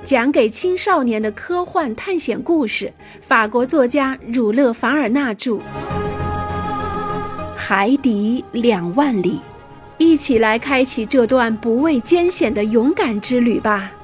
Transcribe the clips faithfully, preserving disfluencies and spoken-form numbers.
讲给青少年的科幻探险故事，法国作家儒勒·凡尔纳著。海底两万里，一起来开启这段不畏艰险的勇敢之旅吧。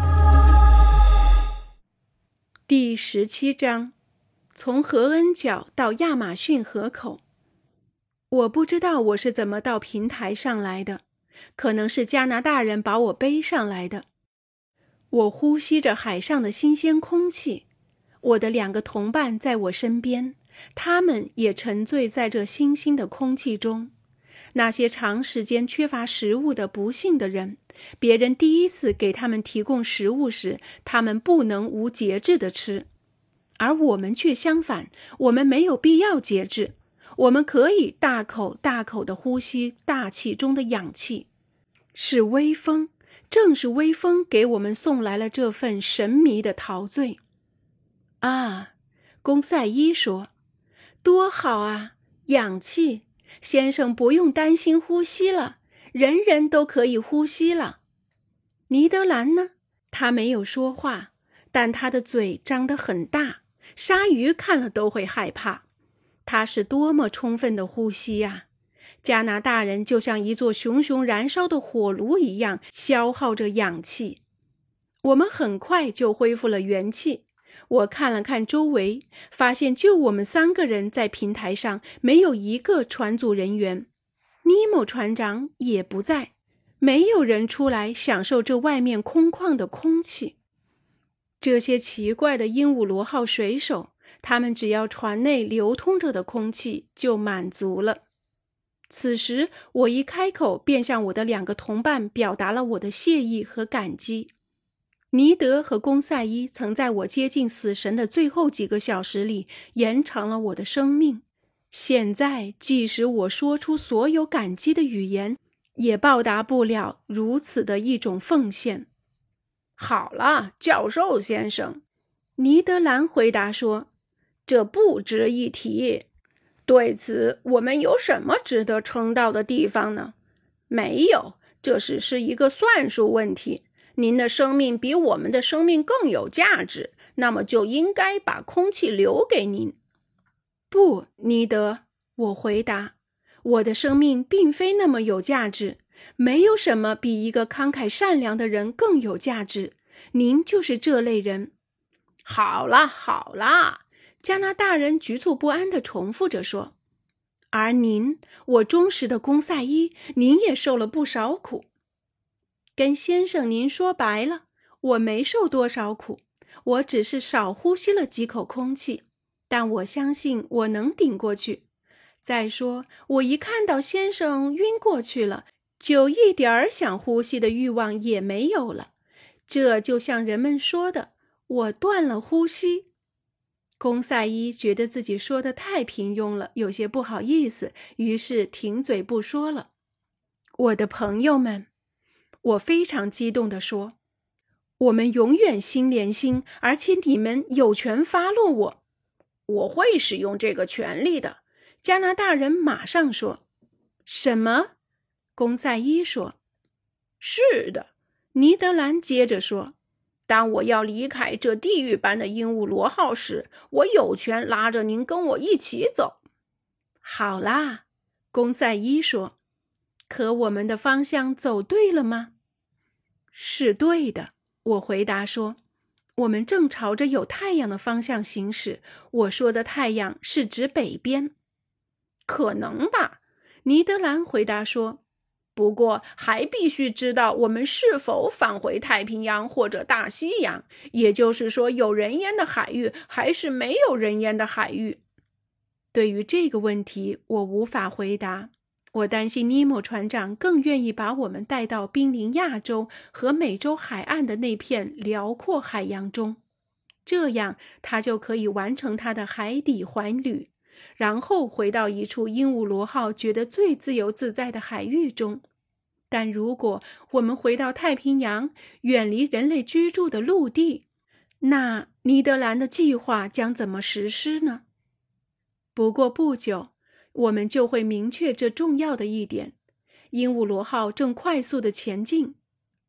第十七章，从何恩角到亚马逊河口。我不知道我是怎么到平台上来的，可能是加拿大人把我背上来的。我呼吸着海上的新鲜空气，我的两个同伴在我身边，他们也沉醉在这新鲜的空气中。那些长时间缺乏食物的不幸的人，别人第一次给他们提供食物时，他们不能无节制地吃。而我们却相反，我们没有必要节制，我们可以大口大口地呼吸大气中的氧气。是微风，正是微风给我们送来了这份神秘的陶醉。啊，公赛伊说，多好啊，氧气，先生不用担心呼吸了，人人都可以呼吸了。尼德兰呢？他没有说话，但他的嘴张得很大，鲨鱼看了都会害怕。他是多么充分的呼吸啊！加拿大人就像一座熊熊燃烧的火炉一样消耗着氧气。我们很快就恢复了元气。我看了看周围，发现就我们三个人在平台上，没有一个船组人员。尼莫船长也不在，没有人出来享受这外面空旷的空气。这些奇怪的鹦鹉螺号水手，他们只要船内流通着的空气就满足了。此时我一开口便向我的两个同伴表达了我的谢意和感激。尼德和公赛伊曾在我接近死神的最后几个小时里延长了我的生命，现在即使我说出所有感激的语言，也报答不了如此的一种奉献。 好了，教授先生， 尼德兰回答说， 这不值一提。对此，我们有什么值得称道的地方呢？没有，这只是一个算术问题。您的生命比我们的生命更有价值，那么就应该把空气留给您。 不，尼德，我回答，我的生命并非那么有价值，没有什么比一个慷慨善良的人更有价值。您就是这类人。 好啦，好啦， 加拿大人局促不安地重复着说，而您，我忠实的公赛伊，您也受了不少苦。跟先生您说白了，我没受多少苦，我只是少呼吸了几口空气，但我相信我能顶过去。再说，我一看到先生晕过去了，就一点儿想呼吸的欲望也没有了。这就像人们说的，我断了呼吸。公赛伊觉得自己说的太平庸了，有些不好意思，于是停嘴不说了。我的朋友们，我非常激动地说，我们永远心连心，而且你们有权发落我。 我会使用这个权利的， 加拿大人马上说。什么？公赛伊说。 是的， 尼德兰接着说， 当我要离开这地狱般的鹦鹉螺号时，我有权拉着您跟我一起走。 好啦，公赛伊说，可我们的方向走对了吗？是对的，我回答说，我们正朝着有太阳的方向行驶。我说的太阳是指北边。 可能吧， 尼德兰回答说， 不过还必须知道我们是否返回太平洋或者大西洋，也就是说有人烟的海域还是没有人烟的海域。 对于这个问题，我无法回答。我担心尼莫船长更愿意把我们带到濒临亚洲和美洲海岸的那片辽阔海洋中，这样他就可以完成他的海底环旅，然后回到一处鹦鹉螺号觉得最自由自在的海域中。但如果我们回到太平洋，远离人类居住的陆地，那尼德兰的计划将怎么实施呢？不过不久，我们就会明确这重要的一点。鹦鹉螺号正快速地前进，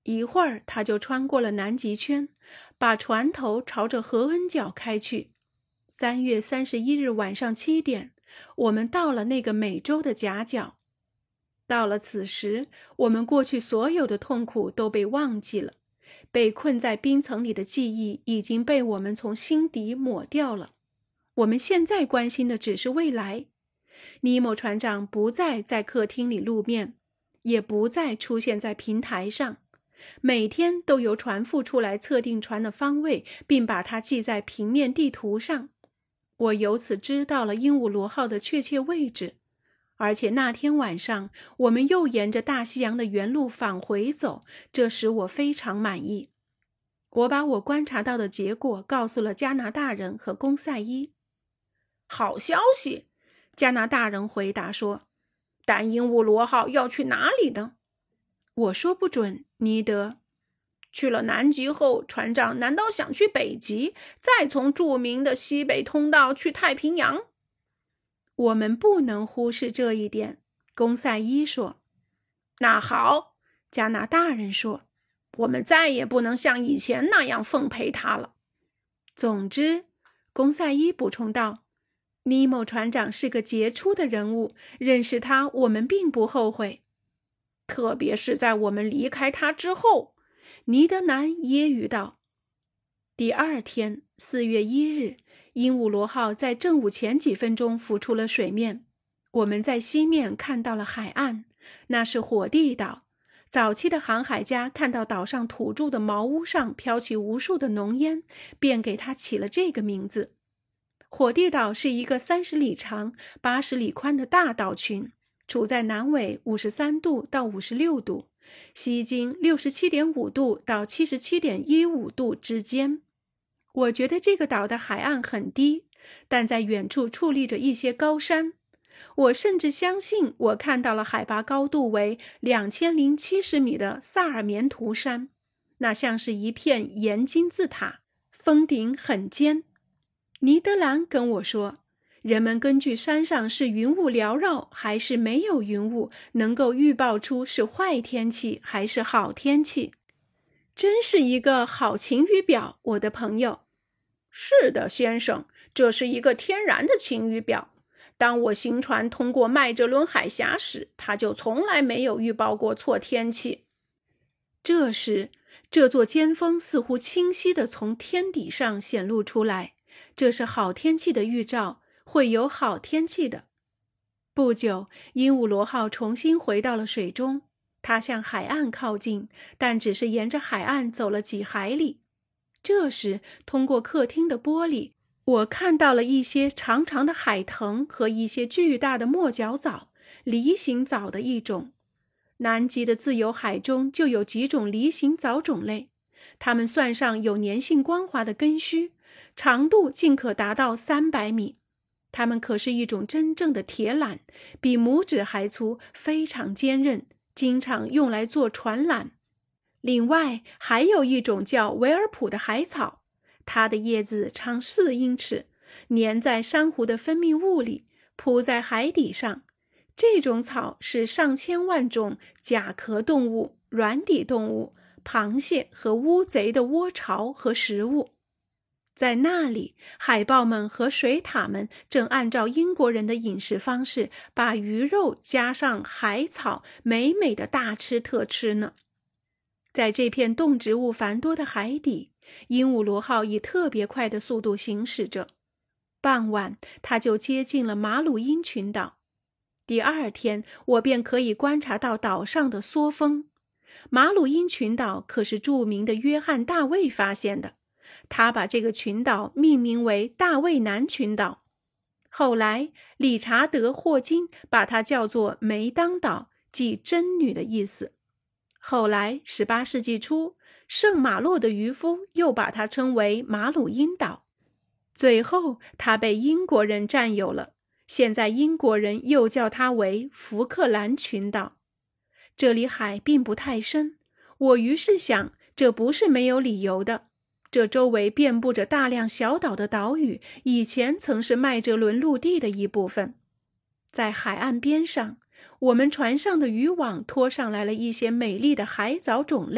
一会儿，他就穿过了南极圈，把船头朝着合恩角开去。三月三十一日晚上七点，我们到了那个美洲的夹角。到了此时，我们过去所有的痛苦都被忘记了，被困在冰层里的记忆已经被我们从心底抹掉了。我们现在关心的只是未来。尼莫船长不再在客厅里露面，也不再出现在平台上。每天都由船夫出来测定船的方位，并把它记在平面地图上。我由此知道了鹦鹉螺号的确切位置，而且那天晚上我们又沿着大西洋的原路返回走，这使我非常满意。我把我观察到的结果告诉了加拿大人和公赛伊。 好消息，加拿大人回答说，但鹦鹉螺号要去哪里呢？ 我说不准，尼德。 去了南极后，船长难道想去北极，再从著名的西北通道去太平洋？ 我们不能忽视这一点，公赛伊说。 那好，加拿大人说，我们再也不能像以前那样奉陪他了。 总之，公赛伊补充道，尼莫船长是个杰出的人物，认识他我们并不后悔。 特别是在我们离开他之后， 尼德南揶揄道。第二天，四月一日，鹦鹉螺号在正午前几分钟浮出了水面。我们在西面看到了海岸，那是火地岛。早期的航海家看到岛上土著的茅屋上飘起无数的浓烟，便给它起了这个名字。火地岛是一个三十里长、八十里宽的大岛群，处在南纬五十三度到五十六度，西经六十七点五度到七十七点一五度之间。我觉得这个岛的海岸很低，但在远处矗立着一些高山。我甚至相信我看到了海拔高度为两千零七十米的萨尔棉图山，那像是一片盐金字塔，峰顶很尖。尼德兰跟我说，人们根据山上是云雾缭绕还是没有云雾，能够预报出是坏天气还是好天气。真是一个好晴雨表，我的朋友。 是的，先生，这是一个天然的晴雨表。当我行船通过麦哲伦海峡时，它就从来没有预报过错天气。 这时，这座尖峰似乎清晰地从天底上显露出来，这是好天气的预兆，会有好天气的。不久，鹦鹉螺号重新回到了水中，它向海岸靠近，但只是沿着海岸走了几海里。这时，通过客厅的玻璃，我看到了一些长长的海藤和一些巨大的墨角藻，梨形藻的一种。南极的自由海中就有几种梨形藻种类，它们算上有粘性光滑的根须，长度竟可达到三百米。它们可是一种真正的铁缆，比拇指还粗，非常坚韧，经常用来做船缆。另外还有一种叫维尔普的海草，它的叶子长四英尺，粘在珊瑚的分泌物里，铺在海底上。这种草是上千万种甲壳动物、软底动物、螃蟹和乌贼的窝巢和食物。在那里，海豹们和水獭们正按照英国人的饮食方式，把鱼肉加上海草，美美的大吃特吃呢。在这片动植物繁多的海底，鹦鹉螺号以特别快的速度行驶着。傍晚，它就接近了马鲁因群岛。第二天，我便可以观察到岛上的缩峰。马鲁因群岛可是著名的约翰·大卫发现的，他把这个群岛命名为大卫南群岛。后来，理查德·霍金把它叫做梅当岛，即真女的意思。后来，十八世纪初，圣马洛的渔夫又把它称为马鲁因岛。最后，它被英国人占有了。现在英国人又叫它为福克兰群岛。这里海并不太深，我于是想，这不是没有理由的。这周围遍布着大量小岛的岛屿，以前曾是麦哲伦陆地的一部分。在海岸边上，我们船上的渔网拖上来了一些美丽的海藻种类，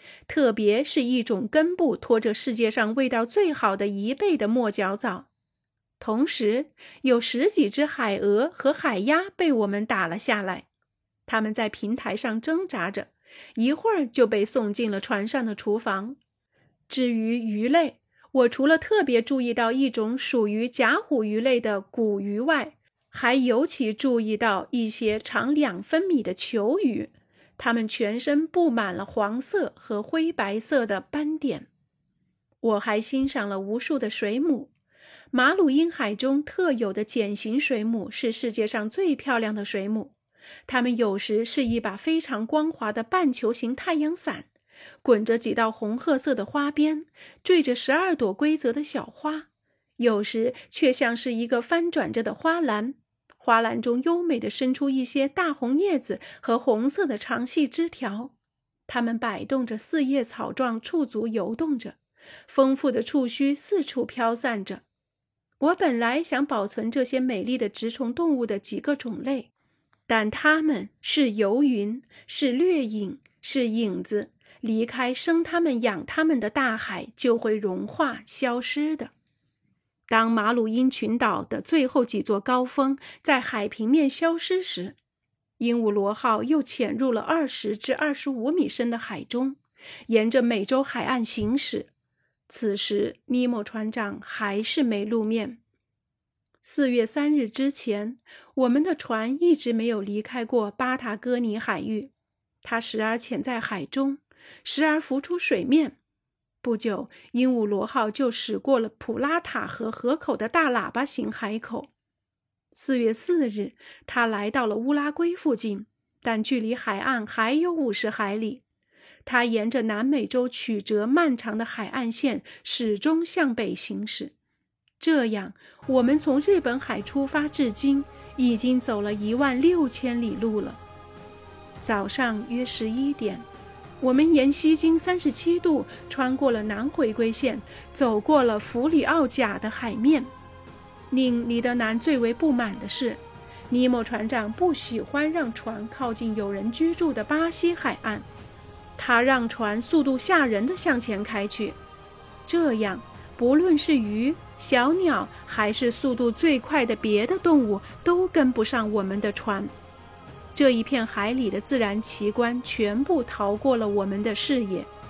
特别是一种根部拖着世界上味道最好的一倍的墨角藻。同时，有十几只海鹅和海鸭被我们打了下来，它们在平台上挣扎着，一会儿就被送进了船上的厨房。至于鱼类，我除了特别注意到一种属于甲虎鱼类的骨鱼外，还尤其注意到一些长两分米的球鱼，它们全身布满了黄色和灰白色的斑点。我还欣赏了无数的水母。马鲁因海中特有的茧形水母是世界上最漂亮的水母，它们有时是一把非常光滑的半球形太阳伞，滚着几道红褐色的花边，缀着十二朵规则的小花，有时却像是一个翻转着的花篮，花篮中优美地伸出一些大红叶子和红色的长细枝条，它们摆动着四叶草状触足游动着，丰富的触须四处飘散着。我本来想保存这些美丽的植虫动物的几个种类，但它们是游云，是掠影，是影子，离开生它们养它们的大海就会融化消失的。当马鲁因群岛的最后几座高峰在海平面消失时，鹦鹉螺号又潜入了二十至二十五米深的海中，沿着美洲海岸行驶。此时尼莫船长还是没露面。四月三日之前，我们的船一直没有离开过巴塔哥尼海域，它时而潜在海中，时而浮出水面。不久，鹦鹉螺号就驶过了普拉塔河河口的大喇叭形海口。四月四日，它来到了乌拉圭附近，但距离海岸还有五十海里。它沿着南美洲曲折漫长的海岸线始终向北行驶。这样，我们从日本海出发至今，已经走了一万六千里路了。早上约十一点，我们沿西经三十七度穿过了南回归线，走过了弗里奥贾的海面。令李德南最为不满的是，尼莫船长不喜欢让船靠近有人居住的巴西海岸，他让船速度吓人地向前开去，这样不论是鱼、小鸟还是速度最快的别的动物都跟不上我们的船。这一片海里的自然奇观全部逃过了我们的视野。